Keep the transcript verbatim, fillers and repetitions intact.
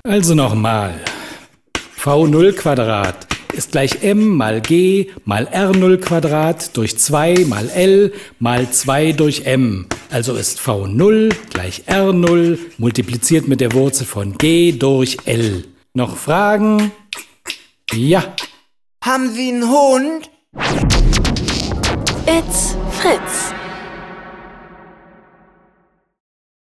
Also nochmal. v null Quadrat ist gleich m mal g mal r null Quadrat durch zwei mal l mal zwei durch m. Also ist v null gleich r null multipliziert mit der Wurzel von g durch l. Noch Fragen? Ja. Haben Sie einen Hund? It's Fritz.